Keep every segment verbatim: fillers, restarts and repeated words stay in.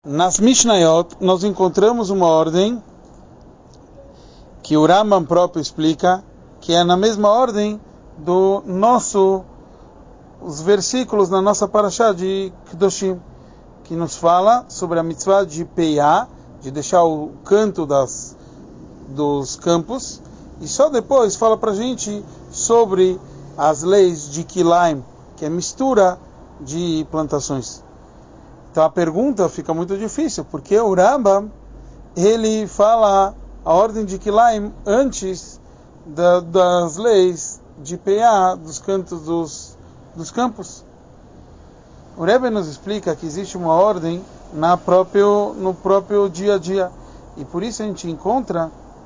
Nas Mishnayot, nós encontramos uma ordem que o Rambam próprio explica, que é na mesma ordem do nosso, os versículos na nossa parashá de Kedoshim, que nos fala sobre a mitzvah de peiá, de deixar o canto das, dos campos, e só depois fala pra gente sobre as leis de Kilaim, que é mistura de plantações. Então a pergunta fica muito difícil, porque o Rambam, ele fala a ordem de Kilaim antes da, das leis de peiá dos cantos dos, dos campos. O Rebbe nos explica que existe uma ordem na próprio, no próprio dia a dia, e por isso a gente encontra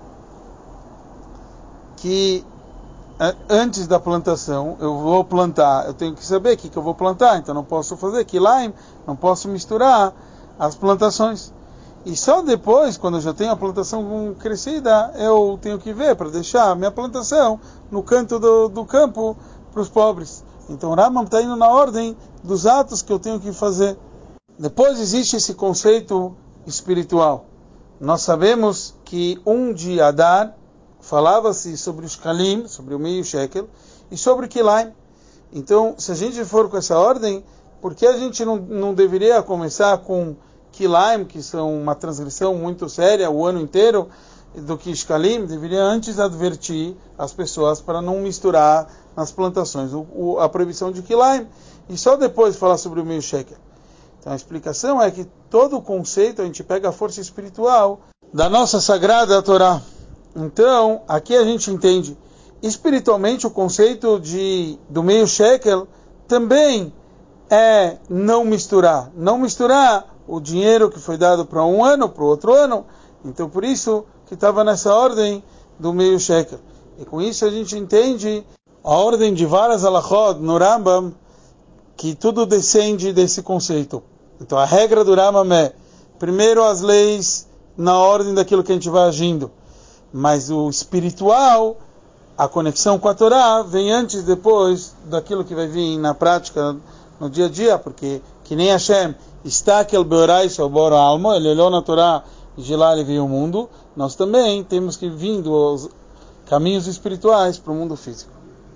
que antes da plantação, eu vou plantar, eu tenho que saber o que, que eu vou plantar, então não posso fazer Kilaim, não posso misturar as plantações. E só depois, quando eu já tenho a plantação crescida, eu tenho que ver para deixar a minha plantação no canto do, do campo para os pobres. Então o Rambam está indo na ordem dos atos que eu tenho que fazer. Depois existe esse conceito espiritual. Nós sabemos que um de Adar falava-se sobre os Kalim, sobre o meio shekel, e sobre o Kilaim. Então, se a gente for com essa ordem, por que a gente não, não deveria começar com Kilaim, que são uma transgressão muito séria o ano inteiro, do que Shkalim? Deveria antes advertir as pessoas para não misturar nas plantações o, o, a proibição de Kilaim, e só depois falar sobre o meio shekel. Então, a explicação é que todo o conceito, a gente pega a força espiritual da nossa sagrada Torá. Então, aqui a gente entende espiritualmente o conceito de, do meio shekel também é não misturar. Não misturar o dinheiro que foi dado para um ano, para o outro ano. Então, por isso que estava nessa ordem do meio shekel. E com isso a gente entende a ordem de várias halachot no Rambam, que tudo descende desse conceito. Então, a regra do Rambam é, primeiro as leis na ordem daquilo que a gente vai agindo. Mas o espiritual, a conexão com a Torá, vem antes, depois daquilo que vai vir na prática, no dia a dia, porque que nem Hashem, Istakel Beorai Sobor Almo, ele olhou na Torá e de lá ele viu o mundo, nós também temos que vir dos caminhos espirituais para o mundo físico.